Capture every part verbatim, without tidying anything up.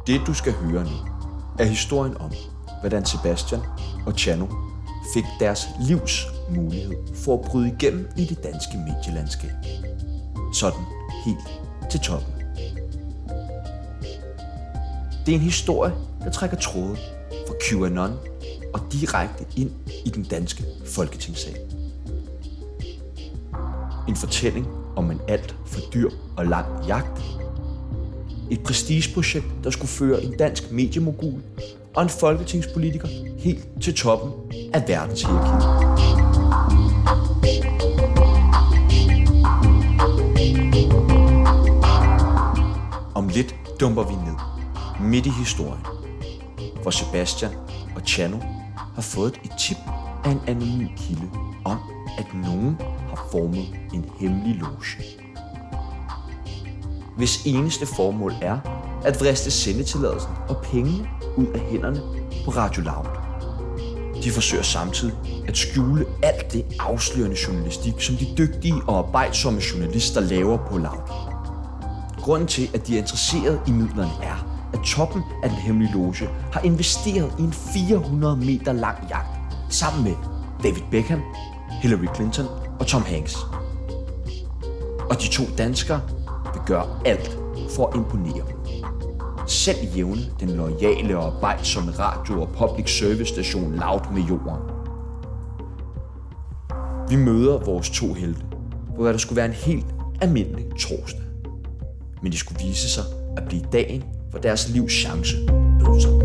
Det, du skal høre nu, er historien om, hvordan Sebastian og Tjano fik deres livs mulighed for at bryde igennem i det danske medielandskab. Sådan helt til toppen. Det er en historie, der trækker tråde fra QAnon og direkte ind i den danske folketingssal. En fortælling om en alt for dyr og lang jagt. Et prestigeprojekt, der skulle føre en dansk mediemogul og en folketingspolitiker helt til toppen af verdenshierarkiet. Om lidt dumper vi ned midt i historien, hvor Sebastian og Tjano har fået et tip af en anonym kilde om, at nogen har formet en hemmelig loge, hvis eneste formål er at vriste sendetilladelsen og pengene ud af hænderne på Radio Loud. De forsøger samtidig at skjule alt det afslørende journalistik, som de dygtige og arbejdsomme journalister laver på Loud. Grunden til, at de er interesseret i midlerne, er, at toppen af den hemmelige loge har investeret i en fire hundrede meter lang jagt sammen med David Beckham, Hillary Clinton og Tom Hanks. Og de to danskere vil gøre alt for at imponere dem. Selv jævne den loyale og arbejdsomme radio- og public service station Loud med jorden. Vi møder vores to helte, hvor der skulle være en helt almindelig torsdag. Men det skulle vise sig at blive dagen, hvor deres livs chance bød sig.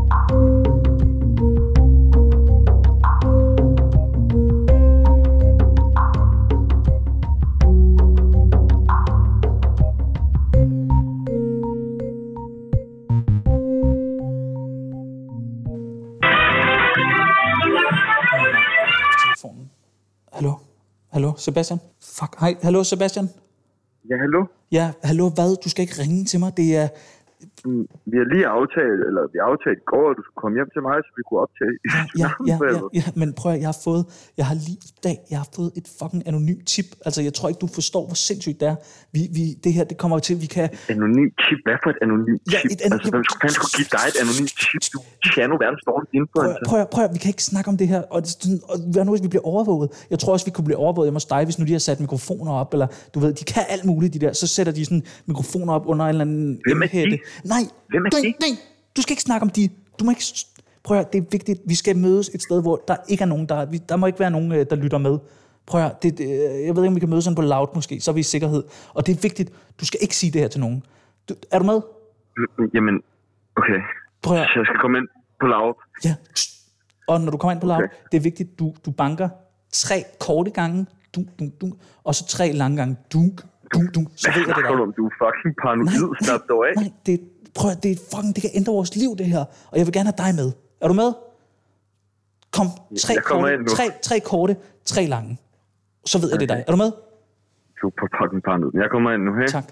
Hallo? Hallo, Sebastian? Fuck, hej. Hallo, Sebastian? Ja, hallo? Ja, hallo, hvad? Du skal ikke ringe til mig, det er... Mm, vi har lige aftalt, eller vi aftalte i går, at du skulle komme hjem til mig, så vi kunne optage. Ja, ja, ja, ja, ja, men prøv at, jeg har fået, jeg har lige i dag, jeg har fået et fucking anonym tip. Altså, jeg tror ikke, du forstår, hvor sindssygt det er. Vi, vi, det her, det kommer til, vi kan... Anonym tip? Hvad for et anonym Ja, tip? et an- altså, hvem skulle skulle give dig et anonym tip? Du Tjano, verdens dårligste influencer. Prøv, prøv, prøv, vi kan ikke snakke om det her, og, det, og hvad nu, hvis vi bliver overvåget? Jeg tror også, vi kunne blive overvåget hjemme hos dig, hvis nu de har sat mikrofoner op, eller du ved, de kan alt muligt, de der, så sætter de sådan mikrofoner op under en eller anden... Hvem er de? Nej, Hvem er nej, de? nej, du skal ikke snakke om de. Du må ikke... Prøv at høre, det er vigtigt. Vi skal mødes et sted, hvor der ikke er nogen, der... Der må ikke være nogen, der lytter med. Prøv at høre, det, det, jeg ved ikke, om vi kan mødes sådan på Loud måske, så er vi i sikkerhed. Og det er vigtigt. Du skal ikke sige det her til nogen. Du, er du med? Jamen, okay. Prøv at høre. Så jeg skal komme ind på Loud. Ja. Og når du kommer ind på Loud, Okay. det er vigtigt, du, du banker tre korte gange, dunk, dunk, dunk, og så tre lange gange, dunk, dunk, dunk, så ved jeg det der. Hvad du er fucking paranoid, snart dog af. Nej, det, prøv at, det er fucking, det kan ændre vores liv, det her. Og jeg vil gerne have dig med. Er du med? Kom, tre Jeg kommer korte, ind nu. tre, tre korte, tre lange. Så ved jeg det er dig. Er du med? Du er på fucking paranoid. Jeg kommer ind nu, hey? Tak.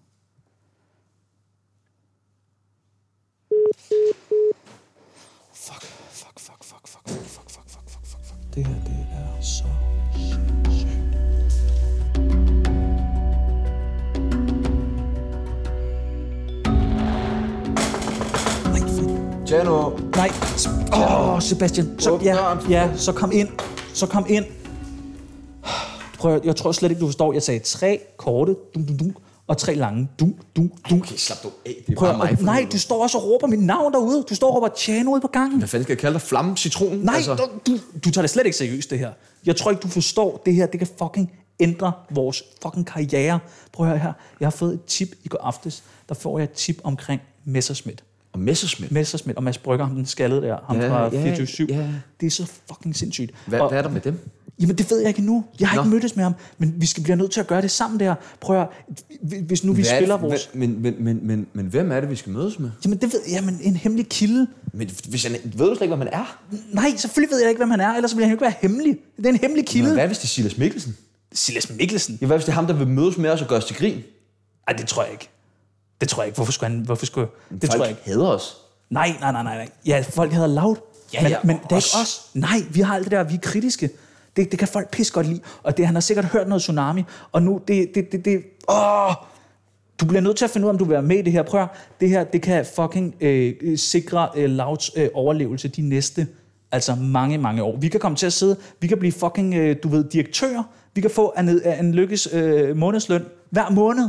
Fuck, fuck, fuck, fuck, fuck, fuck, fuck, fuck, fuck, fuck, fuck, fuck. Det her, det er så sygt. Tjano, Nej. Åh, oh, Sebastian. Så, Åbn ja, døren. ja, så kom ind. Så kom ind. Prøv, at- jeg tror slet ikke, du forstår. Jeg sagde tre korte, dum, dum, dum, og tre lange, dum, dum, dum. okay, slap du af. Det er Prøv, bare mig. og, for nej, helvede. du står også og råber mit navn derude. Du står og råber Tjano ude på gangen. Hvad fanden skal jeg kalde dig? Flamme citronen? Nej, Altså, du, du, du tager det slet ikke seriøst, det her. Jeg tror ikke, du forstår det her. Det kan fucking ændre vores fucking karriere. Prøv at høre her. Jeg har fået et tip i går aftes. Der får jeg et tip omkring Messerschmidt. og Messerschmidt. Messerschmidt og Mads Brygger, ham den skaldede der. Ham Ja, fra ja, fireogtyve syv. ja. Det er så fucking sindssygt. Hvad, og, hvad er der med dem? Jamen, det ved jeg ikke endnu. Jeg har Nå. ikke mødtes med ham, men vi skal blive nødt til at gøre det sammen der. Prøv at, hvis nu vi Hvad er- spiller vores... hvad- Men, men, men, men, men hvem er det, vi skal mødes med? Jamen, det ved jeg, men en hemmelig kilde. Men hvis han, ved du slet ikke, hvad man er? Nej, selvfølgelig ved jeg ikke, hvem han er, ellers ville han jo ikke være hemmelig. Det er en hemmelig kilde. Men hvad hvis det er Silas Mikkelsen? Silas Mikkelsen? Ja, hvad hvis det er ham, der vil mødes med os og gøre os til grin? Nej, det tror jeg ikke. Det tror jeg ikke. Hvorfor skulle han... Hvorfor skulle... Det Folk tror jeg ikke. hader os. Nej, nej, nej, nej, nej. Ja, folk hedder Loud. Ja, men, ja, men det er os. ikke os. Nej, vi har alt det der, vi er kritiske. Det, det kan folk pisse godt lide. Og det, han har sikkert hørt noget tsunami. Og nu, det, det, det, det åh, Du bliver nødt til at finde ud af, om du vil være med i det her. Prøv at, det her, det kan fucking øh, sikre øh, Louds øh, overlevelse de næste, altså mange, mange år. Vi kan komme til at sidde, vi kan blive fucking, øh, du ved, direktører. Vi kan få en, en Lykkes øh, månedsløn hver måned.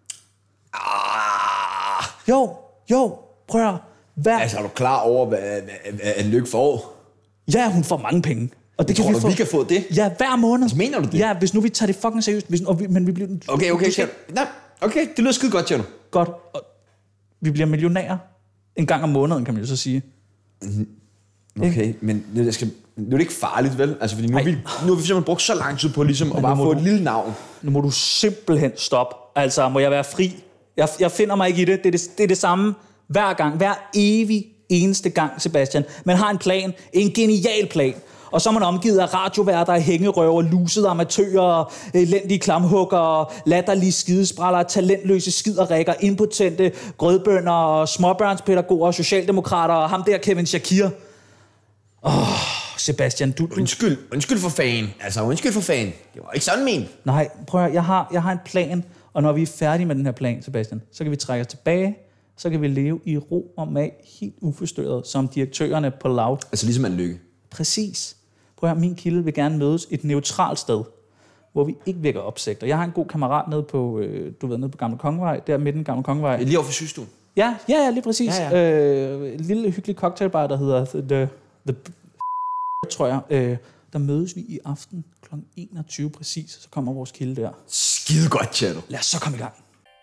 Ah. Jo, jo, prøv at hver... Altså, er du klar over, hvad, hvad, hvad en Lykke får? Ja, hun får mange penge. Og det Tror kan vi du, få. vi kan få det? Ja, hver måned. Altså, mener du det? Ja, hvis nu vi tager det fucking seriøst. Hvis, og vi, men vi bliver... Okay, okay, skal... Nej, okay, det lyder skide godt, Tjerno. Godt. Og vi bliver millionærer en gang om måneden, kan man jo så sige. Okay, men nu, skal, nu er det ikke farligt, vel? Altså, fordi nu har vi, nu har vi simpelthen brugt så lang tid på ligesom at bare få du, et lille navn. Nu må du simpelthen stoppe. Altså, må jeg være fri? Jeg, jeg finder mig ikke i det. Det er det, det er det samme hver gang. Hver evig eneste gang, Sebastian. Man har en plan. En genial plan. Og så er man omgivet af radioværter, hængerøver, lusede amatører, elendige klamhugger, latterlige skidespræller, talentløse skiderikker, impotente grødbønder, småbørnspædagoger, socialdemokrater og ham der Kevin Shakir. Åh, oh, Sebastian, du, du... Undskyld, undskyld for fan. Altså, undskyld for fan. Det var ikke sådan men. Nej, prøv at høre, jeg har, jeg har en plan, og når vi er færdige med den her plan, Sebastian, så kan vi trække os tilbage, så kan vi leve i ro og mag, helt uforstyrret, som direktørerne på Loud. Altså ligesom en Lykke. Præcis. Prøv at høre, min kilde vil gerne mødes et neutralt sted, hvor vi ikke vækker opsigt. Og jeg har en god kammerat nede på, øh, du ved, nede på Gamle Kongevej, der midten Gamle Kongevej. Lige over for sygestuen. Ja, ja, ja, lige præcis. Ja, ja. Øh, en lille hyggelig cocktailbar, der hedder The, the tror jeg. Øh, der mødes vi i aften kl. enogtyve præcis, så kommer vores kilde der. Skide godt, Tjerno. Lad os så komme i gang.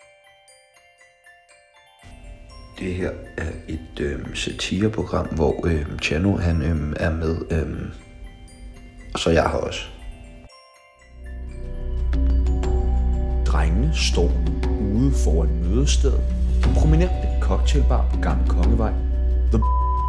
Det her er et øhm, satireprogram, hvor øhm, Tjerno han øhm, er med, øhm, og så jeg har også. Drengene står ude foran mødestedet. En prominente cocktailbar på Gamle Kongevej. The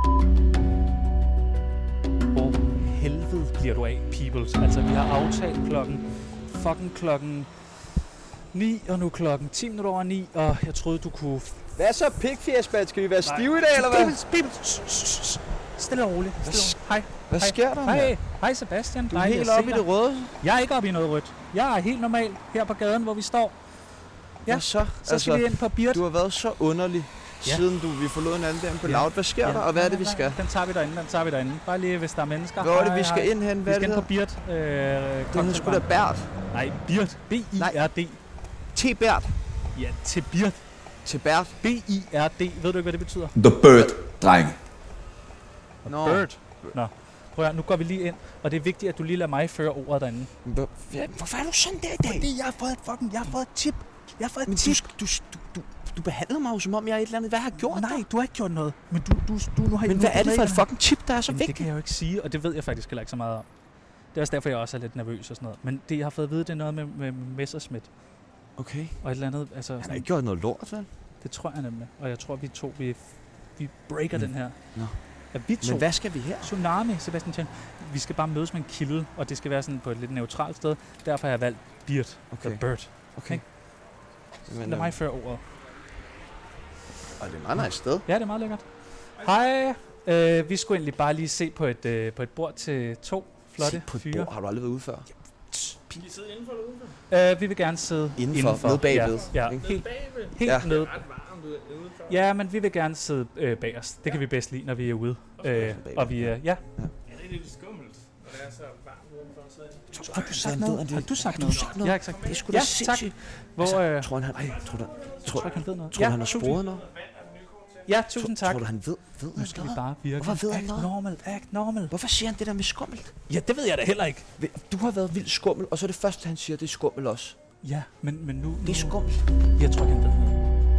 Hvor helvede bliver du af, peoples? Altså, vi har aftalt klokken fucking klokken ni, og nu klokken ti minutter over ni, og jeg troede, du kunne... Hvad så, pikfjæsband? Skal vi være stive i dag, eller hvad? Peoples, peoples, stille og roligt. Stille og... Hej. Hvad Hej. sker der, Hej, mand? hej Sebastian. Du er helt oppe i det røde. Jeg er ikke oppe i noget rødt. Jeg er helt normal her på gaden, hvor vi står. Ja, Hvad så? så skal vi ind på Birt. Du har været så underlig, Ja. siden du, vi forlod en anden der på Ja. Loud. Hvad sker Ja. der, og hvad er det, vi Nej, skal? Den tager vi derinde, den tager vi derinde. Bare lige, hvis der er mennesker. Hvor er det, Hej, vi skal hej. ind hen? Vi Hvad er skal det ind på her? Birt. Øh, Den hedder sgu da Bert. Nej, Birt. B I R D. T. Bert. Ja, til Birt. Til Bert. B I R D. Ved du ikke, hvad det betyder? The Bird, drenge. Nå. Bird. Nå. Prøv at, nu går vi lige ind, og det er vigtigt, at du lige lader mig føre ordet derinde. Hvor- Ja, hvorfor er du sådan der i dag? Fordi jeg har fået et fucking, jeg har fået et tip. Jeg har fået et Men tip. du, du, du, du, du behandler mig jo som om, jeg er et eller andet. Hvad har jeg gjort Nej, der? du har ikke gjort noget. Men du, du, du nu har Men nu- hvad er du det for ved et ikke, fucking tip, der er så Jamen, det vigtigt? kan jeg jo ikke sige, og det ved jeg faktisk heller ikke så meget om. Det er også derfor, jeg også er lidt nervøs og sådan noget. Men det, jeg har fået at vide, det er noget med, med Messerschmidt Okay. og et eller andet. Altså, Han har sådan, ikke gjort noget lort, vel? det tror jeg nemlig. Og jeg tror, vi to, vi, vi breaker Mm. den her. Nå. At vi to, Men hvad skal vi her? Tsunami, Sebastian Tjen. Vi skal bare mødes med en kilde, og det skal være sådan på et lidt neutralt sted. Derfor har jeg valgt Birt. Okay. The Bird. Okay. Ikke? Men, Lad mig føre ordet. Og det er et meget nice sted. Ja, det er meget lækkert. Hej. Øh, vi skulle egentlig bare lige se på et, øh, på et bord til to flotte Se på et fyre. bord. Har du aldrig været ude før? Vil I sidde indenfor eller udenfor? Øh, vi vil gerne sidde Indenfor, indenfor. nede bagved, Ja, ja ikke? helt, Bagved? helt Ja. nede. Ret varmt ude- udenfor. Ja, men vi vil gerne sidde øh, bag os. Det kan vi bedst lide, når vi er ude. Øh, og vi, øh, ja. Ja, det er lidt skummelt, når det er så varmt udenfor. Så Har du sagt Hvordan ved noget? han det? Har du sagt Har du noget? sagt noget? Jeg har ikke sagt Det er sgu da Ja, tak. sindssygt. Hvor, Altså, øh, tror han, ej, tror du, jeg tror, tror ikke, han ved noget. tror du, han har tusind. sporet noget? Ja, tusind tak. Tror du, han ved, ved Nu noget? skal vi bare virke. Hvorfor ved han Act noget? normal, act normal. Hvorfor siger han det der med skummelt? Ja, det ved jeg da heller ikke. Du har været vildt skummel, og så er det første, han siger, det er skummel også. Ja, men, men nu... Det er nu- skummelt. Jeg tror ikke, han ved noget.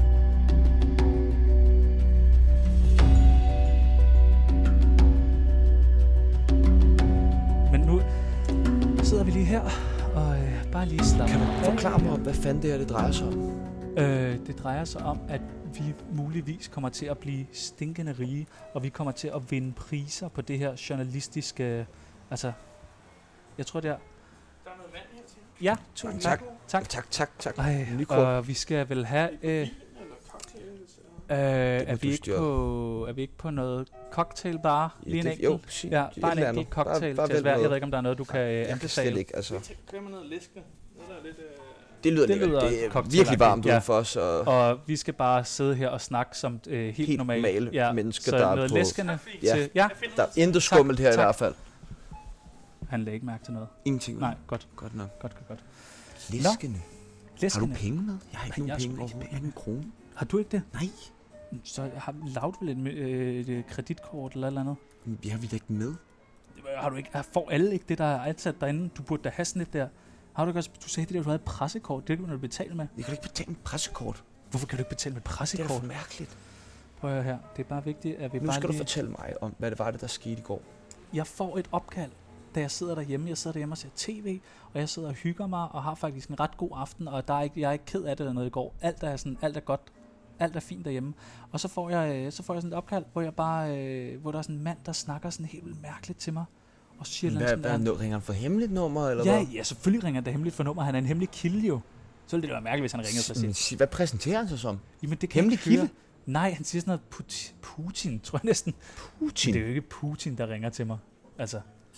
Men nu sidder vi lige her, og øh, bare lige slappe Kan du af. forklare mig, hvad fanden det her det drejer sig om? Øh, det drejer sig om, at vi muligvis kommer til at blive stinkende rige, og vi kommer til at vinde priser på det her journalistiske... Altså, jeg tror det er... der er noget vand her til. Ja, tusind Tak. tak. Tak. Tak, tak, tak. Ej, Nykort. og vi skal vel have... Øh, øh, er, må vi du ikke styre. på, er vi ikke på noget cocktailbar? Ja, Lige en det- enkelt? jo, sig- Ja, et bare en eller enkelt andet. cocktail Bare- bare til vælg hver. Jeg noget. ved ikke, om der er noget, du kan øh, Jeg kan anbefale. slet ikke, altså. Kører man noget læske? Noget, der er lidt... Øh... Det lyder, Det det lyder lyder det er cocktailagtigt, virkelig varmt ja. udenfor, så Og vi skal bare sidde her og snakke som øh, helt, helt normale, normale ja, mennesker, så der er noget på... læskende Ja. til... Ja, Der er intet skummelt her tak. i hvert fald. han lagde ikke mærke til noget. Ingenting. Nej, godt, Godt nok. godt, godt, godt. Læskende. Har Læskende. du penge med? Jeg har ikke Nej, jeg har nogen sgu penge ikke overhovedet. Jeg har ikke en krone. Har du ikke det? Nej. Så har Laud vel et, øh, et, et kreditkort eller et eller andet? Jeg har vi da ikke med. Har du ikke, får alle ikke det, der er ansat derinde? Du burde da have sådan et der. Har du ikke også, du sagde det der, du havde et pressekort. Det kan du betale med. Jeg kan ikke betale med et pressekort. Hvorfor kan du ikke betale med et Det er pressekort? da for mærkeligt. Prøv at høre her. Det er bare vigtigt, at vi Nu bare skal du lige... fortælle mig om, hvad det var, det der skete i går. Jeg får et opkald, da jeg sidder derhjemme. Jeg sidder derhjemme og ser tv, og jeg sidder og hygger mig, og har faktisk en ret god aften, og der er ikke, jeg er ikke ked af det eller noget i går. Alt er, sådan, alt er godt. Alt er fint derhjemme. Og så får jeg, øh, så får jeg sådan et opkald, hvor, jeg bare, øh, hvor der er sådan en mand, der snakker sådan helt vildt mærkeligt til mig. Og siger Hvad, sådan hvad, der, ringer han for hemmeligt nummer, eller ja, hvad? ja, selvfølgelig ringer det hemmeligt for nummer. Han er en hemmelig kilde jo. Så ville det være mærkeligt, hvis han ringede for Men sit. sig- Hvad præsenterer han sig som? Jamen, det kan Hemmelig jeg ikke høre. kilde? Nej, han siger sådan noget Putin, Putin tror jeg næsten. Putin? Det er jo ikke Putin, der ringer til mig. Altså.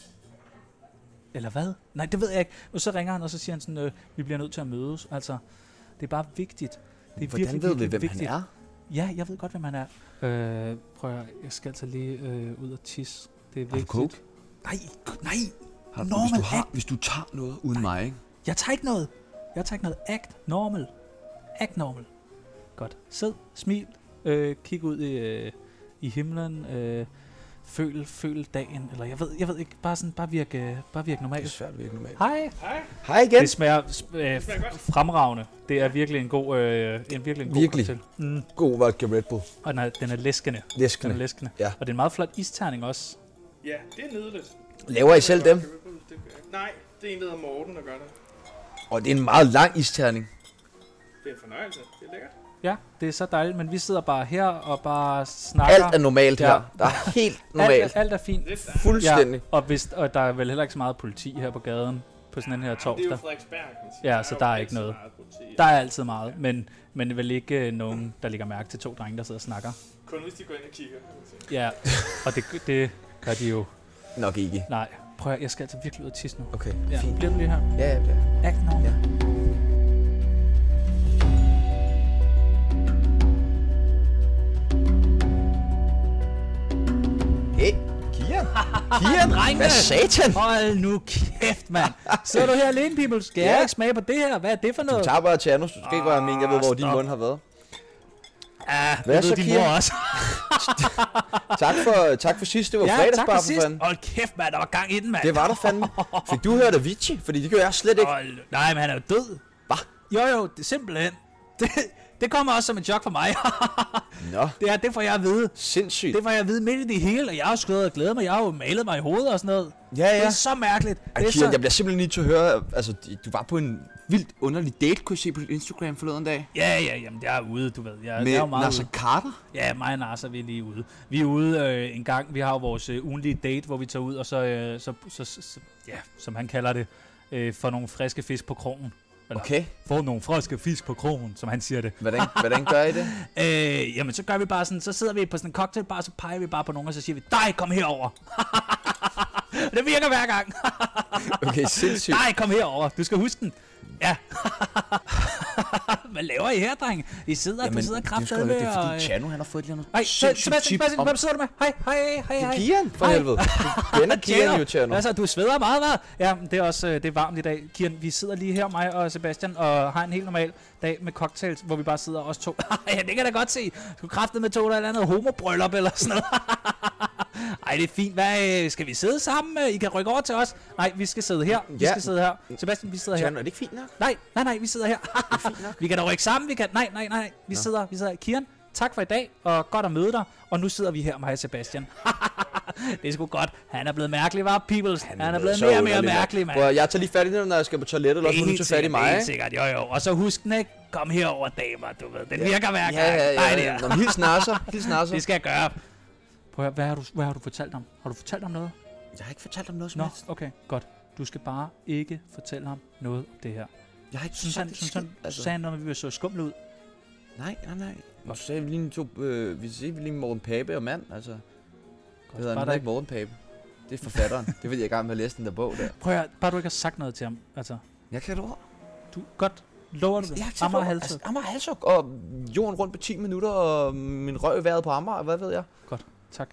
Eller hvad? Nej, det ved jeg ikke. Og så ringer han, og så siger han sådan, øh, vi bliver nødt til at mødes. Altså, det er bare vigtigt. Det er Hvordan virkelig, ved vi, virkelig hvem vigtigt. han er? Ja, jeg ved godt, hvem han er. Øh, prøv at, jeg skal altså lige øh, ud og tisse. Det er Har du vigtigt. coke? Nej, nej. Har, Normal hvis, du har, act. hvis du tager noget uden mig, ikke? Jeg tager ikke noget. Jeg tager ikke noget. Act normal. Act normal. Godt. Sid, smil, øh, kig ud i, øh, i himlen, øh, føl, føl dagen, eller jeg ved, jeg ved ikke, bare sådan, bare virke, bare virke Det er normalt. svært virkelig normalt. Hej. Hej. Hej igen. Det smager, øh, smager godt. fremragende. Det er virkelig en god, øh, en virkelig en god Virkelig. cocktail. Mm. God vodka Red Bull. Og den er, den er læskende. Den er Læskende. læskende. Ja. Og det er en meget flot isterning også. Ja, det er nydeligt. Laver I selv dem? Nej, det er en, der hedder Morten, der gør det. Og det er en meget lang isterning. Det er en fornøjelse. Det er lækkert. Ja, det er så dejligt, men vi sidder bare her og bare snakker. Alt er normalt Ja. her. Der er helt alt, normalt. er- alt er fint. Lidt dejligt. Fuldstændig. Ja, og, hvis, og der er vel heller ikke så meget politi her på gaden på sådan en her Det er jo torsdag. Frederiksberg, kan man sige. Ja, så der er ikke så noget. meget politi. Der er altid meget, men, men vel ikke øh, nogen, der lægger mærke til to drenge, der sidder og snakker. Kun hvis de går ind og kigger, kan man sige. Ja, og det, det gør de jo. Nok ikke. Nej, prøv at, jeg skal altså virkelig ud og tisse nu. Okay, Ja, fint. bliver du lige her? Ja, ja, ja. Act normal. Ja. Hey, Kian. Kian, Drenge! hvad satan? Hold nu kæft, mand. Sidder du her alene, people? Skal Ja. jeg ikke smage på det her? Hvad er det for Du noget? tager bare Tjernos. Du skal ikke være min. Jeg ved, hvor din stop. mund har været. Ah, Hvad det så, ved din Kian? mor også. Tak for, tak for sidst. Det var Ja, tak fredagsbar for for sidst. fanden. Hold kæft, mand. Der var gang i den, mand. Det var der fandme. Fik du hørt Avicii? Fordi det gjorde jeg slet ikke. Hold, nej, men han er jo død. Hva? Jo, jo, det er simpelthen. Det, det kommer også som et chok for mig. Nå, det, er, det får jeg at vide. sindssygt. Det får jeg at vide midt i det hele, og jeg har jo skrevet og glædet mig. Jeg har jo malet mig i hovedet og sådan noget. Ja, ja. Det er så mærkeligt. Ej, det er Kian, så... jeg bliver simpelthen nødt til at høre, altså, du var på en vildt underlig date, kunne jeg se på dit Instagram forleden dag. Ja, ja, jamen, det er ude, du ved. Jeg, Med jeg er jo meget Nasser ude. Carter. Ja, mig og Nasser, vi er lige ude. Vi er ude øh, en gang. Vi har jo vores øh, ugenlige date, hvor vi tager ud, og så, øh, så, så, så, så ja, som han kalder det, øh, får nogle friske fisk på krogen. Eller, Okay, får nogle friske fisk på krogen, som han siger det. hvordan, hvordan gør I det? Øh, jamen, så gør vi bare sådan, så sidder vi på sådan en cocktailbar, så peger vi bare på nogen, og så siger vi, dig, kom herover. Det virker hver gang. Okay, sindssygt. Nej, kom herover. Du skal huske den. Ja. Hvad laver I her, dreng? I sidder, du sidder kraftedeme det, det er og... fordi Chano, han har fået et eller andet Hej, sindssygt Sebastian, tip Sebastian, om... hvem sidder du med? Hej, hej, hej, hej. Kian, for Hej. helvede. Du kender Kian jo, Chano. Altså, du sveder meget, hva'? Ja, det er også øh, det er varmt i dag. Kian, vi sidder lige her, mig og Sebastian, og har en helt normal dag med cocktails, hvor vi bare sidder os to. Ja, det kan jeg da godt se. Du kræftede med to eller et andet homobryllup eller sådan noget. Ej, det er fint. Hvad, øh, skal vi sidde sammen? I kan rykke over til os. Nej, vi skal sidde her. Vi Ja. skal sidde her. Sebastian, vi sidder her. Chano, er det ikke fint nok? Nej, nej, nej, vi sidder her. Vi kan da rykke sammen, vi kan... Nej, nej, nej, vi sidder, vi sidder her. Kian, tak for i dag, og godt at møde dig. Og nu sidder vi her, mig og Sebastian. Det er sgu godt. Han er blevet mærkelig, var Peoples? Han er, han er blevet så mere og mere underlig, mærkelig, mand. Prøv, at- jeg tager lige fat i den, når jeg skal på toilettet, eller også må du tage fat i mig, helt ikke? sikkert, jo jo. Og så husk den, ikke? Kom herover, damer, du ved. Den Ja. virker hver gang. Ja, ja, Nej, det ja. er. Nå, men hils Nasser. Hils Nasser. Det skal jeg gøre. Prøv at, høre, hvad har, du, hvad har du fortalt ham? Har du fortalt ham noget? Jeg har ikke fortalt ham noget som Nå, helst. okay, godt. Du skal bare ikke fortælle ham noget om det her. Jeg har ikke Synes han, synes han, altså. sagde han noget, at vi var så skumle ud? Nej, nej, nej. Du sagde, vi lige to, øh, vi sagde, vi lige Morten Pape og mand, altså. Det hedder bare han der ikke Morten Pape. Det er forfatteren. Det ved jeg i gang med at læse den der bog der. Prøv at, høre, bare du ikke har sagt noget til ham. Altså, Jeg kan et ord. du, godt. Lover du det? Jeg har Amager altså, Halshug. Amager Halshug, og jorden rundt på ti minutter, og min røv i vejret på Amager, hvad ved jeg? Godt, tak.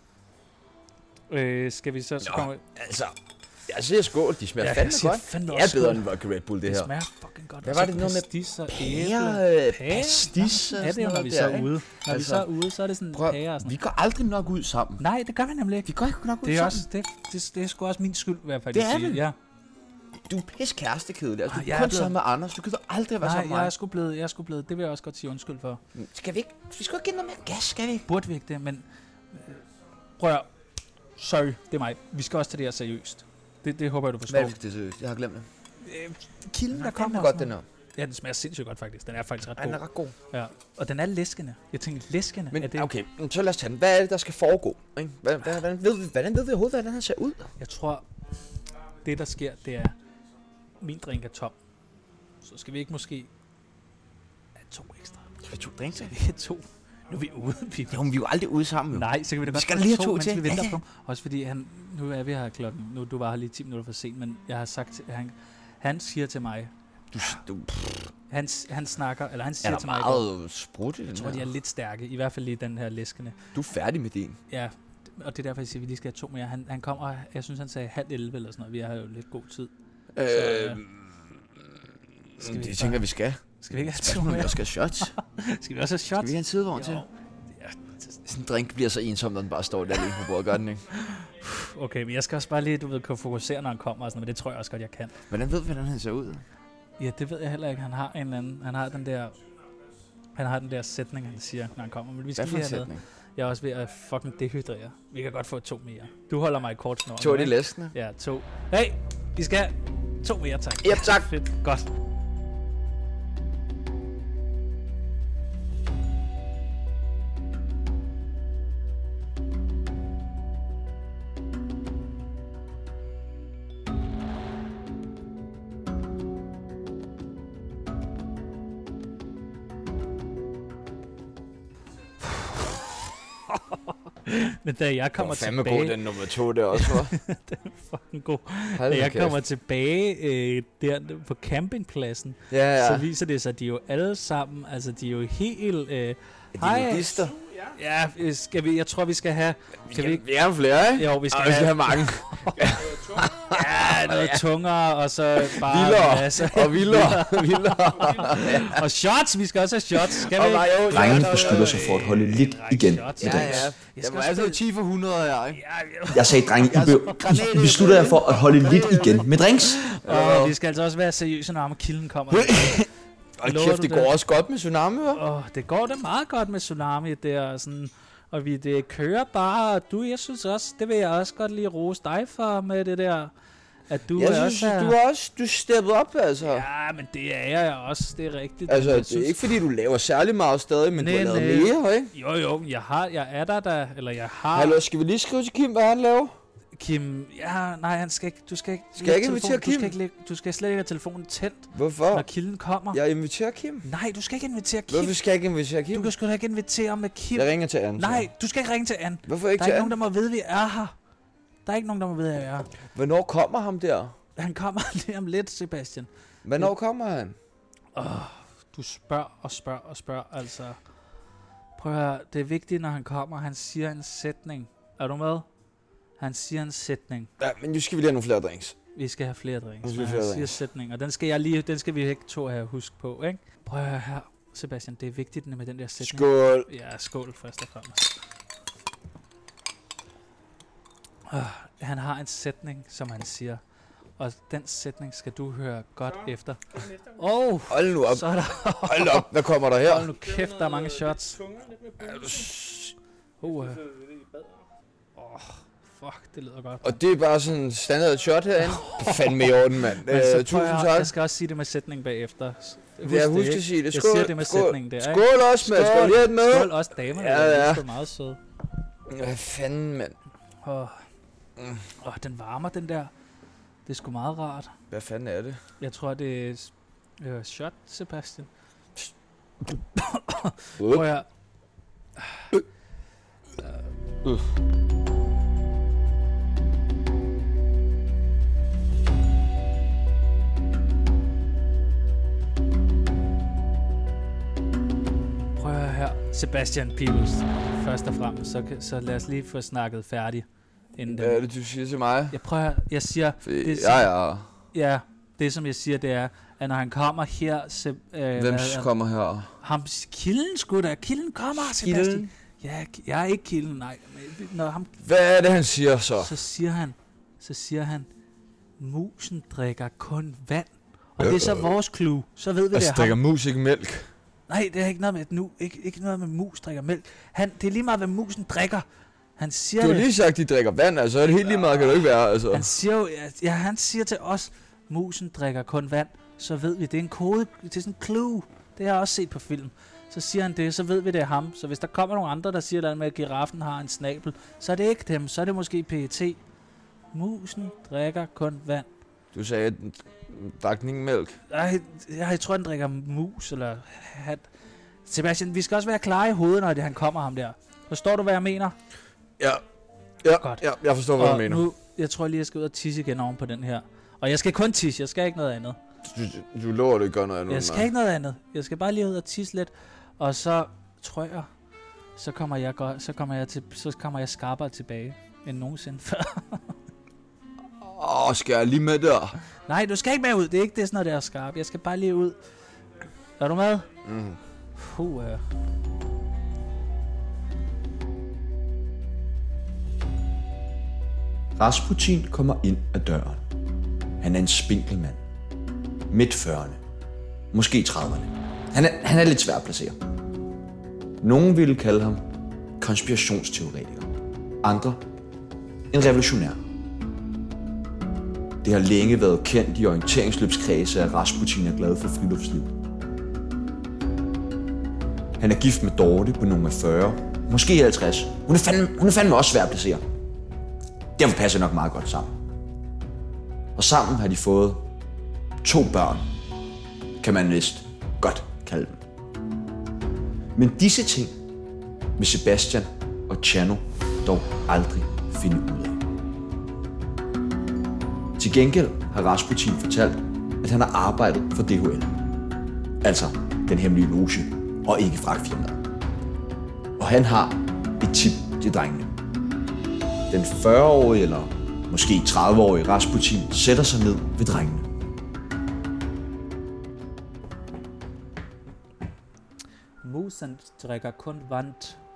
Øh, skal vi så... så komme... Altså, jeg siger skål, de smager Ja, fandme jeg siger godt. fandme Det også er bedre skål. end vodka Red Bull, det, Det her. smager fucking godt. Hvad Og var så det, noget med pastis og Pære, æble. øh, pastis og Er det sådan jo, når noget vi der, så er ikke? ude. Når vi Altså, så er ude, så er det sådan Prøv, pære og sådan vi går aldrig nok ud sammen. Nej, det gør vi nemlig ikke. Vi går ikke nok ud Det er, sammen. også, det, det, det er sgu også min skyld, vil jeg Det faktisk er sige. det. Ja. Du er pisse kærestekedelig. Altså, du Ah, er jeg er kun blevet- sammen med Anders. Du gider aldrig være Nej, sammen med jeg er mig. sgu blevet, jeg er sgu blevet. Det vil jeg også godt sige undskyld for. Skal vi ikke? Vi skal ikke give noget mere gas, skal vi ikke? Burde vi ikke det, men... øh, Prøv at... Sorry, det er mig. Vi skal også tage det her seriøst. Det, det håber jeg, du forstår. Hvad er det seriøst? Jeg har glemt det. Øh, Kilden, der kommer godt, den her. Ja, den smager sindssygt godt, faktisk. Den er faktisk ret Ej, den god. er ret god. Ja. Og den er læskende. Jeg tænker, læskende Men er det... okay, så lad os tage den. Hvad er det, der skal foregå? Ikke? Hvad, hvad, hvordan, ved vi, hvordan ved vi overhovedet, hvordan den ser ud? Jeg tror, det der sker, det er... Min drink er tom. Så skal vi ikke måske... have to ekstra. Skal vi to drinks? Så vi have to. Nu er vi ude, vi Jo, men vi er jo aldrig ude sammen, jo. Nej, så kan vi da godt skal få lige have to, to mens til. vi venter Ja, på ham. Også fordi han, nu er vi her klokken, nu du var her lige ti minutter for sent, men jeg har sagt, til, han, han siger til mig, Du, du, han, han snakker, eller han er siger der til mig, i går, meget sprut i den jeg tror, de her? er lidt stærke, i hvert fald lige den her læskende. Du er færdig med din. Ja, og det er derfor, jeg siger, at vi lige skal have to mere. Han, han kommer, jeg synes, han sagde halv elleve eller sådan noget. Vi har jo lidt god tid. Øh, øh, skal vi det bare- tænker vi skal. Skal vi ikke have to Spørgsmålet, om mere? vi også skal have shots. Skal vi også have Skal shots? vi have en sidevogn til? Jo. Sådan en drink bliver så ensom, når den bare står der alene på bordet, gør den ikke? Okay, men jeg skal også bare lige, du ved, kunne fokusere, når han kommer og sådan noget, men det tror jeg også godt, jeg kan. Hvordan ved vi, hvordan han ser ud? Ja, det ved jeg heller ikke. Han har en eller anden, han har den der, han har den der sætning, han siger, når han kommer. Men vi Hvad skal for lige en have noget. sætning? Jeg er også ved at fucking dehydrere. Vi kan godt få to mere. Du holder mig i kort snor. To af de læskende. Ja, to. Hey, vi skal have to mere, tak. Ja, tak. Fedt, godt. Men da jeg kommer Det var fandme tilbage... god, den nummer to der også, var. fucking god. Hold Da da jeg kæft. kommer tilbage øh, der på campingpladsen, Ja, ja. så viser det sig, at de er jo alle sammen, altså de er jo helt... Øh, De hej. nudister. Ja, øh, skal vi, jeg tror, vi skal have... Skal vi ikke? Vi er flere, ikke? Jo, vi skal Og vi skal have, have mange. ja, noget tungere, og så bare... Vildere. en masse- Og vildere. Vildere. og shots, vi skal også have shots. Skal Og vi nej, ikke? jo, Drengene ja, beslutter sig for at holde lidt igen shots. med Ja, drinks. ja. Jeg Det skal var også altså ti for hundrede her, ikke? Ja, jo. Jeg sagde, drenge, I, be, I beslutter jer for at holde lidt igen med drinks. Og vi skal altså også være seriøse, når kilden kommer. Og Lover kæft, du det det? går også godt med Tsunami, hva'? Åh, det går da meget godt med Tsunami der, sådan, og vi det kører bare, og du, jeg synes også, det vil jeg også godt lige rose dig for med det der, at du Jeg er synes, også er, du er også du steppet op, altså. ja, men det er jeg også, det er rigtigt. Altså, men jeg det er ikke fordi, du laver særlig meget stadig, men Nej, du har lavet nej. mere, ikke? Jo, jo, jeg har, jeg er der da, eller jeg har, Hallo, skal vi lige skrive til Kim, hvad han laver? Kim, ja, nej, han skal ikke, du skal ikke, Skal jeg ikke lægge invitere telefonen- Du skal, Kim? ikke, lægge- du skal slet ikke have telefonen tændt, Hvorfor? når kilden kommer. Jeg inviterer Kim. Nej, du skal ikke invitere Kim. Hvorfor skal jeg ikke invitere Kim? Du kan sgu da ikke invitere med Kim. Jeg ringer til Anne. så. Nej, du skal ikke ringe til Anne. Hvorfor Der ikke er til ikke nogen, Anne? der må vide, vi er her. Der er ikke nogen, der må vide, at jeg er her. Hvornår kommer ham der? Han kommer lige om lidt, Sebastian. Hvornår kommer han? Oh, du spørger og spørger og spørger, altså. Prøv at høre, det er vigtigt, når han kommer. Han siger en sætning. Er du med? Han siger en sætning. Ja, men nu skal vi lige have nogle flere drinks. Vi skal have flere drinks. Nu skal vi Men have flere han siger drinks. sætning, og den skal jeg lige, den skal vi ikke to have husk på, ikke? Prøv at høre her, Sebastian, det er vigtigt med den der sætning. Skål. Ja, skål først og fremmest. Uh, han har en sætning, som han siger. Og den sætning skal du høre godt efter. Åh, oh, Hold nu op. så er der... Hold op. Hvad kommer der her? Hold nu kæft, der er mange shots. Tunger lidt med Er pølse. du s- Uh, uh. Så er det i bader. Fuck, det lyder godt. Og det er bare sådan en standard shot herinde. Fandme i orden, mand. Men Øh, så prøv tusind at- tak. Jeg skal også sige det med sætning bagefter. Husk Ja, husk ikke? at sige det. Jeg Skål. siger det med Skål. sætningen der, ikke? Skål også, mand. Skal du lige have den med? Skål også damerne. Ja, Ja, ja. ja. Det er meget søde. Hvad fanden, mand? Åh, Mm. oh, den varmer, den der. Det er sgu meget rart. Hvad fanden er det? Jeg tror, det er s- øh, shot, Sebastian. Up. Prøv at... Uh. høre, Sebastian Peebles, først og fremmest, så, så lad os lige få snakket færdigt. Hvad er det, du siger til mig? Jeg prøver, jeg siger... Det, ja, ja. Ja, det som jeg siger, det er, at når han kommer her... Se, øh, Hvem hvad, kommer her? Ham, Kilden sgu da. Kilden kommer, Sebastian. Kilden? Ja, jeg er ikke Kilden, nej. Men når ham, hvad er det, han siger så? Så siger han, så siger han, musen drikker kun vand. Og øh, det er så vores clue. Så ved vi altså, det. Altså, drikker mus ikke mælk? Nej, det er ikke noget med nu. Ikke, ikke noget med mus drikker mælk. Han, det er lige meget, hvad musen drikker. Han siger du har det. lige sagt, at de drikker vand, altså er det helt lige meget, kan det ikke være, altså. Han siger jo, ja, han siger til os, musen drikker kun vand, så ved vi, det er en kode, det er sådan en clue. Det har jeg også set på film. Så siger han det, så ved vi, det er ham. Så hvis der kommer nogle andre, der siger, at giraffen har en snabel, så er det ikke dem, så er det måske P E T. Musen drikker kun vand. Du sagde, at den drak ingen mælk. Nej, jeg, jeg tror, den drikker mus, eller hat. Sebastian, vi skal også være klare i hovedet, når det, han kommer ham der. Forstår du, hvad jeg mener? Ja, ja, Godt. ja jeg forstår, hvad og du mener. Nu, jeg tror lige, jeg skal ud og tisse igen oven på den her. Og jeg skal kun tisse, jeg skal ikke noget andet. Du, du lover, at du ikke gør noget andet. Jeg skal ikke noget andet. Jeg skal bare lige ud og tisse lidt. Og så tror jeg, så kommer jeg, go- så kommer jeg, til, så kommer jeg skarpere tilbage end nogensinde før. Åh, skal jeg lige med der? Nej, du skal ikke med ud. Det er ikke det sådan noget, der er skarp. Jeg skal bare lige ud. Er du med? Mm. Puh, uh. Rasputin kommer ind ad døren. Han er en spinkel mand. Midt fyrrerne. Måske trediverne. Han er, han er lidt svær at placere. Nogen ville kalde ham konspirationsteoretiker. Andre en revolutionær. Det har længe været kendt i orienteringsløbskredse, at Rasputin er glad for friluftsliv. Han er gift med Dorte på nummer fyrre, måske halvtreds. Hun er fandme, hun er fandme også svær at placere. Derfor passer nok meget godt sammen. Og sammen har de fået to børn, kan man vist godt kalde dem. Men disse ting vil Sebastian og Tjerno dog aldrig finde ud af. Til gengæld har Rasputin fortalt, at han har arbejdet for D H L. Altså den hemmelige loge, og ikke fragtfirmaet. Og han har et tip til drengene. Den fyrre-årige eller måske tredive-årige Rasputin sætter sig ned ved drengene. Musen drikker kun vand.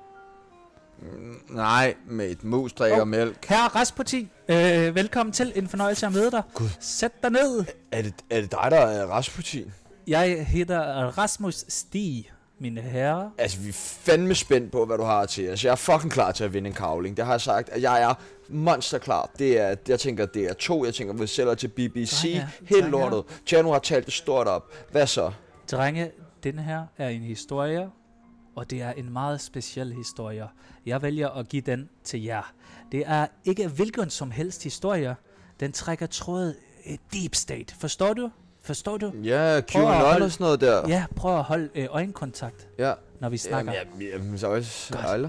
Nej, med et mus drikker oh. mælk. Herre Rasputin, øh, velkommen til. En fornøjelse at møde dig. God. Sæt dig ned. Er det, er det dig, der er Rasputin? Jeg hedder Rasmus Stig, mine herrer. Altså, vi er fandme spændt på, hvad du har til os. Jeg er fucking klar til at vinde en kavling. Det har jeg sagt, at jeg er monsterklar. Det er, jeg tænker, det er to. Jeg tænker, vi sælger til B B C. Drenge, Helt lortet. Tjerno har talt det stort op. Hvad så? Drenge, den her er en historie, og det er en meget speciel historie. Jeg vælger at give den til jer. Det er ikke hvilken som helst historie. Den trækker trådet i deep state. Forstår du? Forstår du? Ja, QAnon og sådan noget der. Ja, prøv at holde øh, øjenkontakt, ja. når vi snakker. Jamen, jeg, jeg, så også aldrig.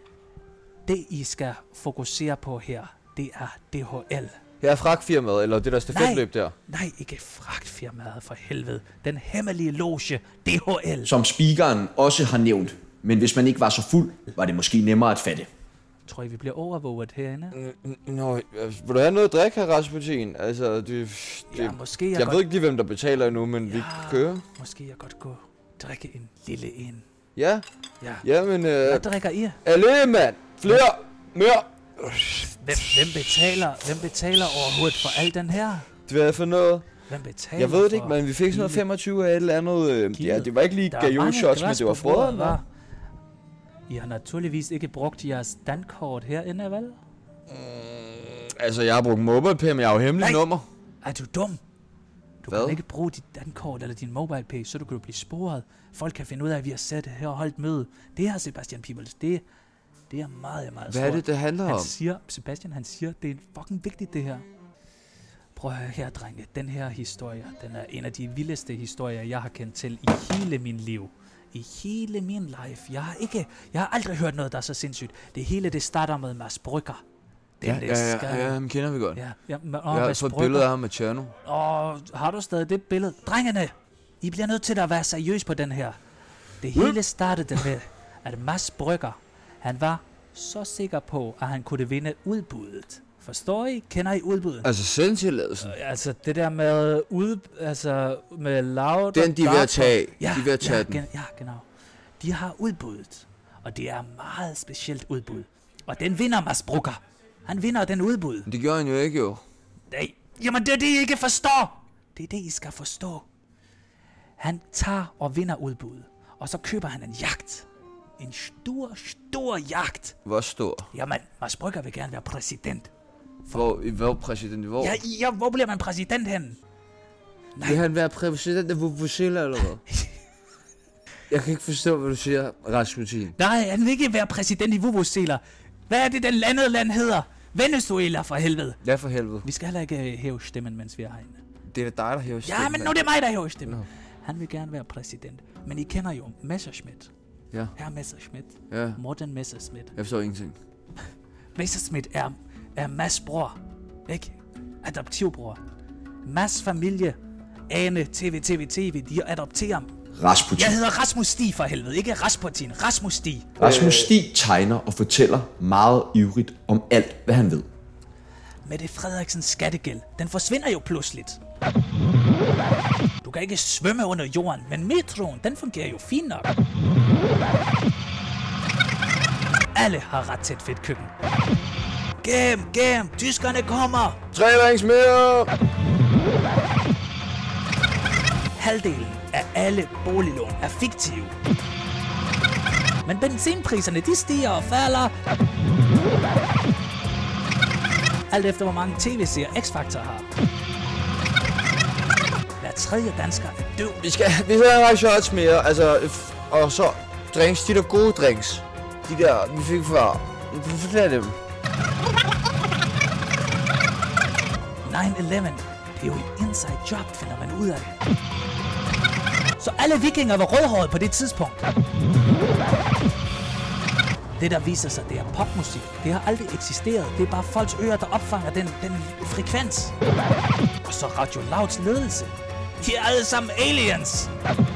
Det, I skal fokusere på her, det er D H L. Her er fragtfirmaet, eller det der stafetløb der? Nej, ikke fragtfirmaet, for helvede. Den hemmelige loge, D H L. Som speakeren også har nævnt. Men hvis man ikke var så fuld, var det måske nemmere at fatte. Tror I, vi bliver overvåget herinde? Nå, vil du have noget at drikke her, Rasputin? Altså, det... det ja, måske jeg Jeg godt... ved ikke lige, hvem der betaler endnu, men ja, vi kører. Måske jeg godt gå drikke en lille en. Ja? Ja. Jamen, øh... Hvad drikker I? Alle, mand! Flere! Mere! Hvem, hvem, betaler, hvem betaler overhovedet for alt den her? Hvad er det for noget? Hvem betaler Jeg ved det for ikke, men vi fik sådan noget femogtyve af et eller andet. Øh, ja, det var ikke lige Der er gajol mange shots, men glas det var på bordet, frøden, hva'? I har naturligvis ikke brugt jeres dankort herinde, vel? Mm, altså, jeg har brugt MobilePay, men jeg har jo hemmeligt nummer. Er du dum? Du Hvad? kan ikke bruge dit dankort eller din MobilePay, så du kan blive sporet. Folk kan finde ud af, at vi har sat her og holdt møde. Det her, Sebastian Peebles, det, det er meget, meget Hvad stort. er det, det handler han om? Siger, Sebastian, han siger, det er fucking vigtigt, det her. Prøv at høre her, drenge. Den her historie, den er en af de vildeste historier, jeg har kendt til i hele min liv. I hele min life. Jeg har ikke, jeg har aldrig hørt noget, der er så sindssygt. Det hele, det starter med Mads Brygger. Ja, ja, ja, ja, ja, ham kender vi godt. Ja, ja, åh, jeg har Mads fået et Brygger. billede af ham med Tjerno. Åh, har du stadig det billede? Drengene, I bliver nødt til at være seriøs på den her. Det hele startede med, at Mads Brygger, han var så sikker på, at han kunne vinde udbuddet. Forstår I? Kender I udbuddet? Altså sendtilladelsen? Øh, altså det der med ud, altså med Loud. Den de er ved at tage. Ja, de er ved at tage ja, den. Gen, ja, genau. De har udbuddet, og det er meget specielt udbud. Og den vinder Mads Brygger. Han vinder den udbud. Det gjorde han jo ikke, jo. Nej, jamen det er det, I ikke forstår. Det er det, I skal forstå. Han tager og vinder udbuddet, og så køber han en jagt. En stor, stor jagt. Hvor stor? Jamen, Mads Brygger vil gerne være præsident. Hvor, hvor præsident? Hvor? Ja, ja, hvor bliver man præsident hen? Nej. Vil han være præsident af Vuvuzela, eller hvad? Jeg kan ikke forstå, hvad du siger, Rasmussen. Nej, han vil ikke være præsident i Vuvuzela. Hvad er det, den landet land hedder? Venezuela, for helvede. Ja, for helvede. Vi skal heller ikke hæve stemmen, mens vi er herinde. Det er da dig, der hæver stemmen. Ja, men nu er det mig, der hæver stemmen. Nå. Han vil gerne være præsident. Men I kender jo Messerschmidt. Ja. Herr Messerschmidt. Ja. Morten Messerschmidt. Jeg forstår ingenting. Messerschmidt er, er Mads' bror. Ikke? Adoptivbror. Mads' familie. Ane, T V, T V, T V. De adopterer ham. Rasputin. Jeg hedder Rasmus Stig for helvede. Ikke Rasputin. Rasmus Stig. Rasmus Stig tegner og fortæller meget ivrigt om alt, hvad han ved. Mette Frederiksens skattegæld, den forsvinder jo pludseligt. Du kan ikke svømme under jorden, men metroen, den fungerer jo fint nok. Alle har ret til et fedt køkken. Gem, gem, tyskerne kommer! Tre rings mere! Halvdelen af alle boliglån er fiktive. Men benzinpriserne, de stiger og falder. Alt efter hvor mange tv-serier X-Factor har. Hver tredje dansker er død. Vi skal, vi skal have shots mere, altså, f- og så drinks, de der gode drinks. De der, vi fik før. Fortæl dem. nine eleven, det er jo et inside job, finder man ud af det. Så alle vikinger var rødhårede på det tidspunkt. Det der viser sig, det er popmusik. Det har aldrig eksisteret. Det er bare folks ører, der opfanger den, den frekvens. Og så Radio Louds ledelse. De er alle sammen aliens.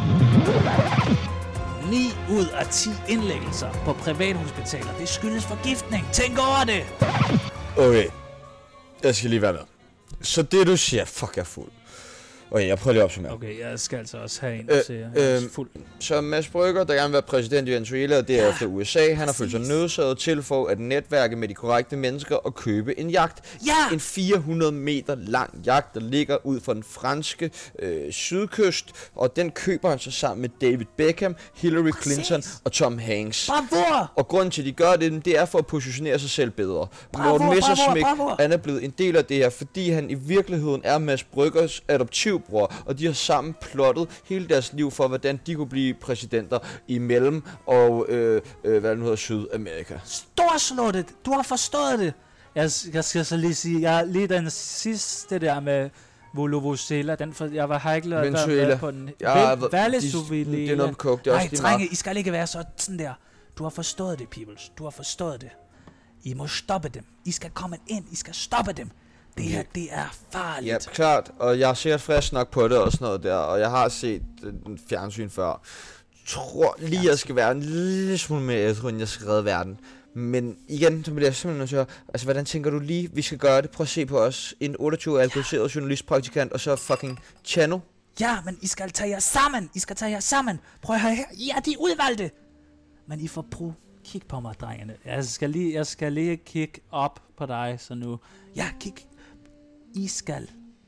ni ud af ti indlæggelser på privathospitaler, det skyldes forgiftning. Tænk over det. Okay, jeg skal lige være med. Så det du siger, fuck, jeg er fuld. Okay, jeg prøver lige at opsummere. Okay, jeg skal altså også have en, Øh, der siger, jeg er øh, fuld. Så Mads Brygger, der gerne vil være præsident i Venezuela, og derefter U S A, han har følt sig nødsaget til for at netværke med de korrekte mennesker og købe en jagt. Ja! En fire hundrede meter lang jagt, der ligger ud for den franske øh, sydkyst, og den køber han så sammen med David Beckham, Hillary Clinton Præcis. og Tom Hanks. Bravo! Og grunden til, at de gør det, det er for at positionere sig selv bedre. Bravo, Morten bravo, Messerschmidt, bravo. han er blevet en del af det her, fordi han i virkeligheden er Mads Bryggers adoptivbror, og de har sammen plottet hele deres liv for, hvordan de kunne blive præsidenter i Mellem- og, øh, øh, hvad det nu hedder, Sydamerika. Storsluttet! Du har forstået det! Jeg, jeg skal så lige sige, jeg lige den sidste der med Vuvuzela, den for, jeg var har ikke lavet Venezuela. på den. Ja, Vel- de- Vallesuvilela. det er noget med coke, det er også Nej, lige drenge, meget. I skal ikke være så sådan der. Du har forstået det, peoples. Du har forstået det. I må stoppe dem. I skal komme ind. I skal stoppe dem. Det her, det er farligt. Ja, klart, og jeg er sikkert frisk nok på det og sådan noget der, og jeg har set den fjernsyn før. Tror lige, jeg skal være en lille smule mere ædru, end jeg skal redde verden. Men igen, så bliver jeg simpelthen nødt til at høre, altså hvordan tænker du lige, vi skal gøre det? Prøv at se på os. En otteogtyve alkoholiseret journalistpraktikant, og så fucking Chano. Ja, men I skal tage jer sammen. I skal tage jer sammen. Prøv at høre her. I er de udvalgte. Men I får brug. Kig på mig, drengene. Jeg skal lige, jeg skal lige kigge op på dig, så nu. Ja, kig. I skal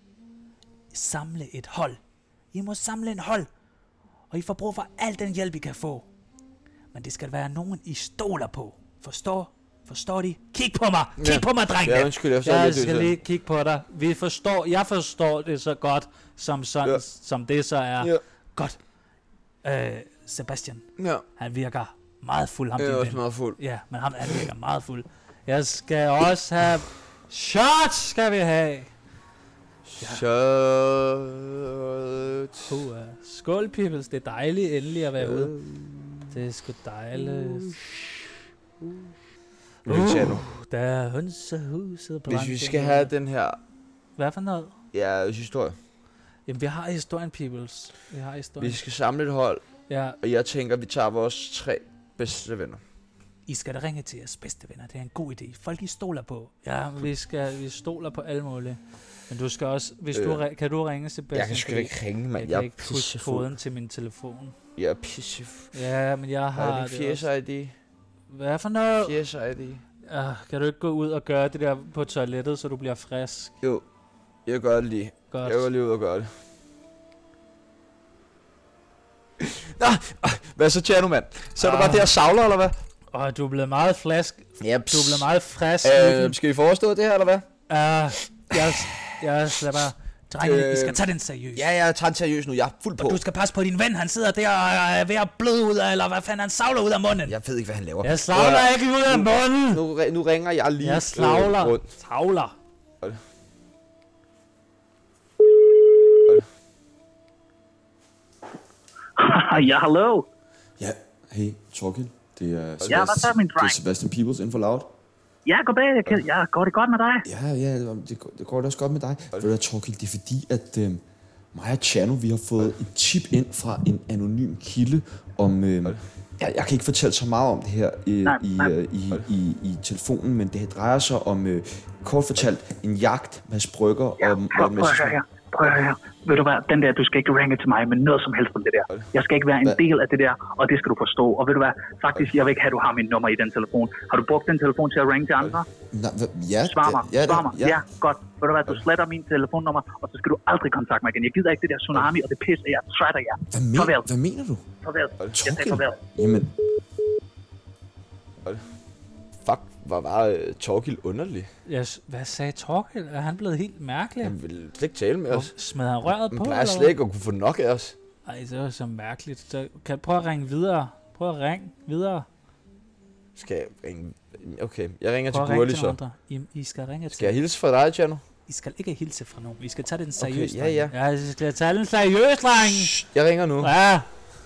samle et hold. I må samle en hold. Og I får brug for al den hjælp, I kan få. Men det skal være nogen, I stoler på. Forstår? Forstår de? Kig på mig! Kig Ja. på mig, drengene! Ja, undskyld, jeg forstår jeg lidt, det skal er lige kigge på dig. Vi forstår, jeg forstår det så godt, som, sådan, Ja. som det så er. Ja. Godt. Øh, Sebastian, Ja, han virker meget fuld. Ham, jeg er din også ven. meget fuld. Ja, men ham, han virker meget fuld. Jeg skal også have... Shots skal vi have! Shot. Uh, skål, peoples. Det er dejligt endelig at være ude. Det er sgu dejligt. Uh, Chano. Der er hønsehuset på Hvis vi skal have den her, Hvad for noget? ja, historie. Jamen, vi har historien, peoples. Vi har historien. Vi skal samle et hold, Ja, og jeg tænker, vi tager vores tre bedste venner. I skal da ringe til jeres bedste venner. Det er en god idé. Folk, I stoler på. Ja, vi, skal, vi stoler på alle mulige. Men du skal også... Hvis øh, du, kan du ringe, Sebastian? Jeg kan sgu ikke ringe, mand. Jeg, jeg kan ikke huske koden til min telefon. Jeg er pissefuld. Ja, men jeg har... Har du fjæs-I D? Hvad for noget? Fjæs-I D. Uh, kan du ikke gå ud og gøre det der på toilettet, så du bliver frisk? Jo, jeg gør det lige. Godt. Jeg går lige ud og gør det. Nå, hvad så, Tjerno, mand? Så er du bare der og savler, eller hvad? Åh, oh, du er blevet meget flask. Yep. Du er blevet meget frisk. Øh, skal vi forestå det her, eller hvad? Uh, jeg, jeg slapper. Drenge, øh, I skal tage den seriøst. Ja, jeg tager den seriøst nu. Jeg er fuld på. Og du skal passe på din ven. Han sidder der og er ved at bløde ud af, eller hvad fanden, han savler ud af munden. Jeg ved ikke, hvad han laver. Jeg savler øh, ikke ud af munden. Nu, nu ringer jeg lige. Jeg savler. Øh, savler. Ja, hallo. Ja, hey, Torkild. Det er Sebastian, ja, hvad så, min dreng? det er Sebastian Peebles inden for Loud. Ja, goddag. Ja, går det godt med dig? Ja, ja, det, går, det går det også godt med dig. Ved du hvad, Torkild, det er fordi, at øh, mig og Tjerno, vi har fået et tip ind fra en anonym kilde om... Øh, jeg, jeg kan ikke fortælle så meget om det her øh, nej, i, nej. Øh, i, i, i telefonen, men det drejer sig om, øh, kort fortalt, en jagt med Brygger ja, og Morten Messerschmidt. Ja, prøv at høre her. Ved du hvad, den der, du skal ikke ringe til mig med noget som helst om det der. Jeg skal ikke være en del af det der, og det skal du forstå. Og ved du hvad, faktisk, jeg vil ikke have, at du har min nummer i den telefon. Har du brugt den telefon til at ringe til andre? Nå, ja, svar mig, ja, svar mig. Ja. ja, godt. Ved du hvad, du sletter min telefonnummer, og så skal du aldrig kontakte mig igen. Jeg gider ikke det der tsunami, og det pisse, jeg trætter jer. Hvad, men, farvel. Hvad mener du? Farvel. Jeg sagde farvel. Jamen... Fuck, hvor var uh, Torkild underlig. Yes, hvad sagde Torkild? Er han blevet helt mærkelig? Han ville slet ikke tale med os. Smed han røret på? Han plejer slet ikke at kunne få nok af os. Ej, det var så mærkeligt. Så kan prøve at ringe videre. Prøv at ringe videre. Skal jeg ringe? Okay, jeg ringer prøv til Gurli så. Andre. I, I skal ringe til... Skal jeg hilse fra dig, Tjerno? I skal ikke hilse fra nogen. I skal tage den seriøst. Okay, ja, ja. Ja, I skal tage den seriøst, dreng. Jeg ringer nu. Ja.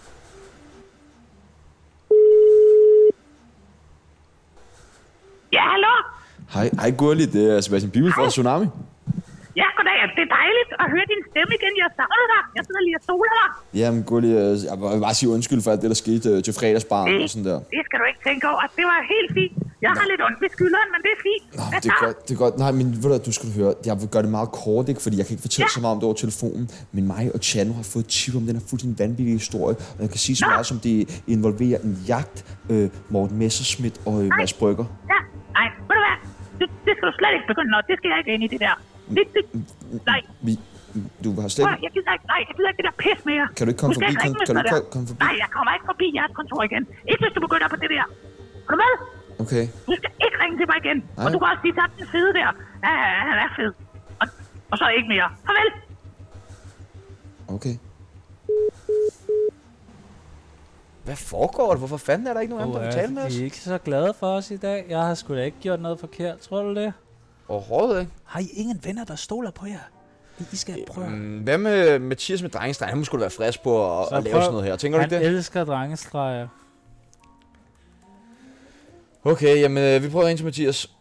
Ja, hallo? Hej, hej Gurli, det er Sebastian Peebles fra Tsunami. Ja, goddag. Det er dejligt at høre din stemme igen. Jeg savner dig. Jeg sidder lige og soler dig. Jamen Gurli, jeg vil bare sige undskyld for alt det, der skete til fredagsbarn og sådan der. Det skal du ikke tænke over. Det var helt fint. Jeg har lidt ondt ved skylderen, men det er fint. Nå, det er godt, det er godt. Nej, men ved du, du skal høre, jeg vil gøre det meget kort, ikke? Fordi jeg kan ikke fortælle ja. så meget om det over telefonen. Men mig og Tjerno har fået et tip om den her fuldstændig vanvittige historie. Og jeg kan sige så meget, som det involverer en jagt, øh, Morten Messerschmidt og øh, Mads Brygger. Ja, nej, ved du hvad? Det, det skal du slet ikke begynde, og det skal jeg ikke ind i det der. Det, det, nej. Vi, du har slet ikke... Jeg gider ikke, nej, jeg gider ikke det der pis mere. Kan du ikke komme forbi? Kan, kan du ikke komme forbi? Nej, jeg kommer ikke forbi jeres kontor igen. Ikke hvis du begynder på det der. Er du med? Okay. Du skal ikke ringe til mig igen. Nej. Og du kan også sige, at den fede der. Ja, han er fed. Og, og så ikke mere. Farvel. Okay. Hvad foregår der? Hvorfor fanden er der ikke nogen oh, andre, der vil tale med os? I er ikke så glade for os i dag. Jeg har sgu da ikke gjort noget forkert. Tror du det? Overhovedet ikke. Har I ingen venner, der stoler på jer? I skal prøve. Mm, hvad med Mathias med drengestreger? Han må sgu da være frisk på at, at lave sådan noget her. Tænker du ikke det? Han elsker drengestreger. Okay, jamen vi prøver at ringe til Mathias.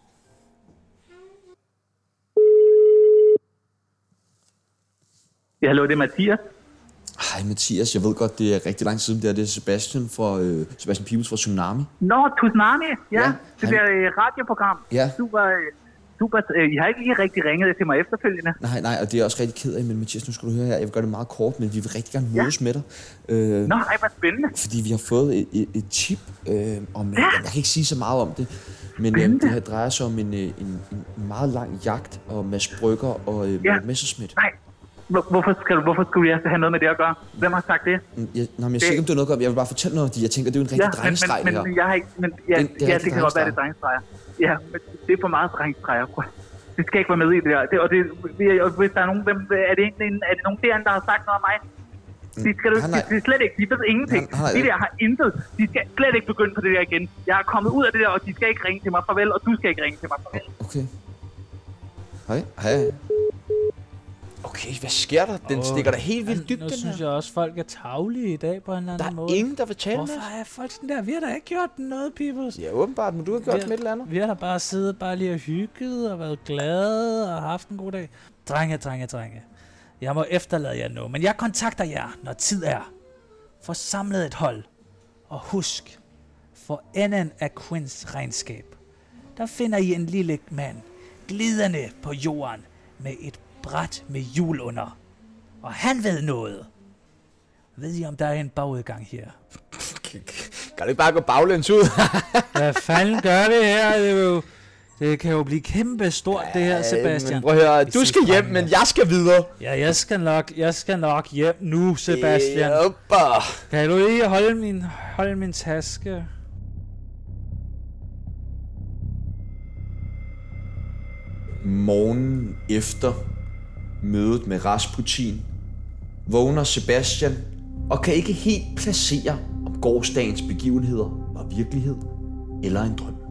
Ja, hallo, det er Mathias. Hej Mathias, jeg ved godt, det er rigtig lang tid, det er, det er Sebastian fra øh, Sebastian Peebles fra Tsunami. Nå, Tsunami, ja, ja det han... der øh, radioprogram. Ja. Super, øh, super, øh, I har ikke lige rigtig ringet til mig efterfølgende. Nej, nej, og det er jeg også rigtig ked af, men Mathias, nu skal du høre her, jeg vil gøre det meget kort, men vi vil rigtig gerne mødes ja. med dig. Øh, Nå, ej, hvor spændende. Fordi vi har fået et, et, et tip øh, om, ja. jeg kan ikke sige så meget om det, men øh, det her drejer sig om en, en, en meget lang jagt, og Mads Brygger og øh, ja. Messerschmidt. Nej. Hvorfor, skal du, hvorfor skulle jeg have noget med det at gøre? Hvem har sagt det? Jeg, nej, men jeg siger ikke, om det er noget at gøre. Jeg vil bare fortælle noget, fordi jeg tænker, det er jo en rigtig ja, drengestreg, men, det her. Men jeg har ikke... Men, ja, det, det, ja, det kan godt være, det er drengestreger. Ja, men det er for meget drengestreger. Det skal ikke være med i det der. Det, og, det, og hvis der er nogen... Hvem, er, det en, er det nogen derinde, der har sagt noget om mig? De skal han, de, de, de slet ikke. De ved ingenting. Han, han, de der har intet. De skal slet ikke begynde på det der igen. Jeg er kommet ud af det der, og de skal ikke ringe til mig. Farvel, og du skal ikke ringe til mig. Farvel. Okay. Hej. Hej. Okay, hvad sker der? Den oh, stikker da helt vildt dybt, den her. Nu synes jeg også, folk er tavlige i dag på en eller anden der måde. Der er ingen, der vil tale med os. Hvorfor er folk sådan der? Vi har da ikke gjort noget, Peoples. Ja, åbenbart, men du har gjort vi har, med et eller andet. Vi har da bare siddet bare lige og hygget og været glade og haft en god dag. Drenge, drenge, drenge. Jeg må efterlade jer nu, men jeg kontakter jer, når tid er. Få samlet et hold. Og husk, for enden af Quins regnskab, der finder I en lille mand glidende på jorden med et bræt med hjul under. Og han ved noget. Ved I, om der er en bagudgang her? Kan du ikke bare gå baglæns ud? Hvad fanden gør det her? Det, er jo, det kan jo blive kæmpe stort, det her, Sebastian. Men prøv at høre, du skal hjem, men jeg skal videre. Ja, jeg skal nok, jeg skal nok hjem nu, Sebastian. Joppa. Kan du lige holde min, holde min taske? Morgen efter mødet med Rasputin vågner Sebastian og kan ikke helt placere, om gårsdagens begivenheder var virkelighed eller en drøm.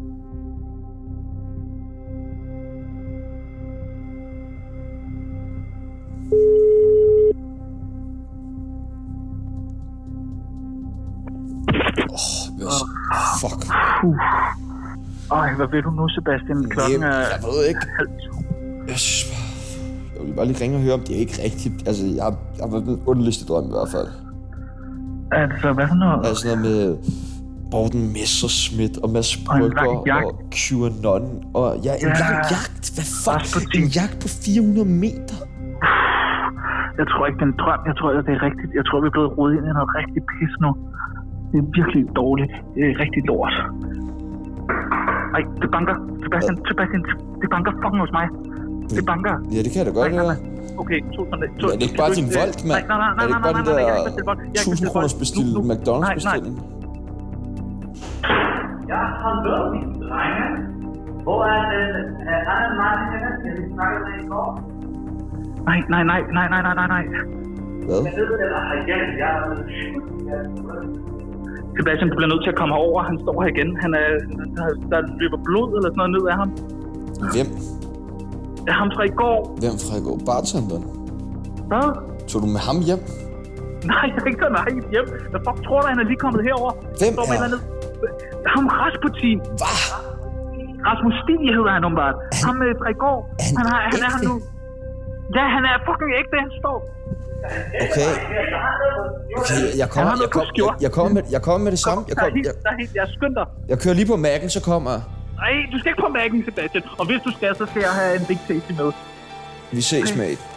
Oh, fuck. Ej, hvad ved du nu, Sebastian? Klokken er... Jeg ved ikke. Jeg, synes, jeg vil bare lige ringe og høre, om det er ikke rigtigt. Altså, jeg, jeg har været en underligste drøm i hvert fald. Altså, hvad for noget? Altså noget med Morten Messerschmidt og Mads Brygger og, og QAnon. Og ja, en ja. lang jagt. Hvad fuck? En jagt på fire hundrede meter. Jeg tror ikke, det er en drøm. Jeg tror, at det er rigtigt. Jeg tror, vi er blevet rodet ind i noget rigtig pis nu. Det er virkelig dårligt. Det er rigtig lort. Ej, det banker. Sebastian, ja. Sebastian, det banker fucking hos mig. Det banker. Ja, det kan det godt være. Okay, to sådan lidt. Er det ikke bare din Volt, mand? Nej, nej, nej, nej, nej, nej, nej, nej, nej, nej, tusind kroners bestil, McDonald's bestilling. Ja, hallo, mine drenge. Hvor er den anden mand, skal vi snakke med i går? Nej, nej, nej, nej, nej, nej, nej, nej. Hvad? Sebastian, du bliver nødt til at komme herover. Han står her igen. Han er, der, der løber blod eller sådan noget ned af ham. Hvem? Det er ham fra i går. Hvem fra i går? Bartenderen? Hvad? Tog du med ham hjem? Nej, jeg har ikke taget mig hjem. Hvad fuck tror du, han er lige kommet herover? Hvem står er? Med ham Rasputin. Hvad? Rasmus Stig hedder han umiddelbart. Ham øh, fra i går. Han, han, har, han er her nu. Ja, han er fucking ægte, han står. Okay. Okay, jeg kommer, jeg kommer, jeg, jeg kommer med, jeg kommer med det samme. Jeg kommer, jeg, der er helt, jeg skynder. Jeg kører lige på Mac'en, så kommer jeg. Nej, du skal ikke på Mac'en, Sebastian. Og hvis du skal, så skal jeg have en Big Tasty med. Vi ses, mate.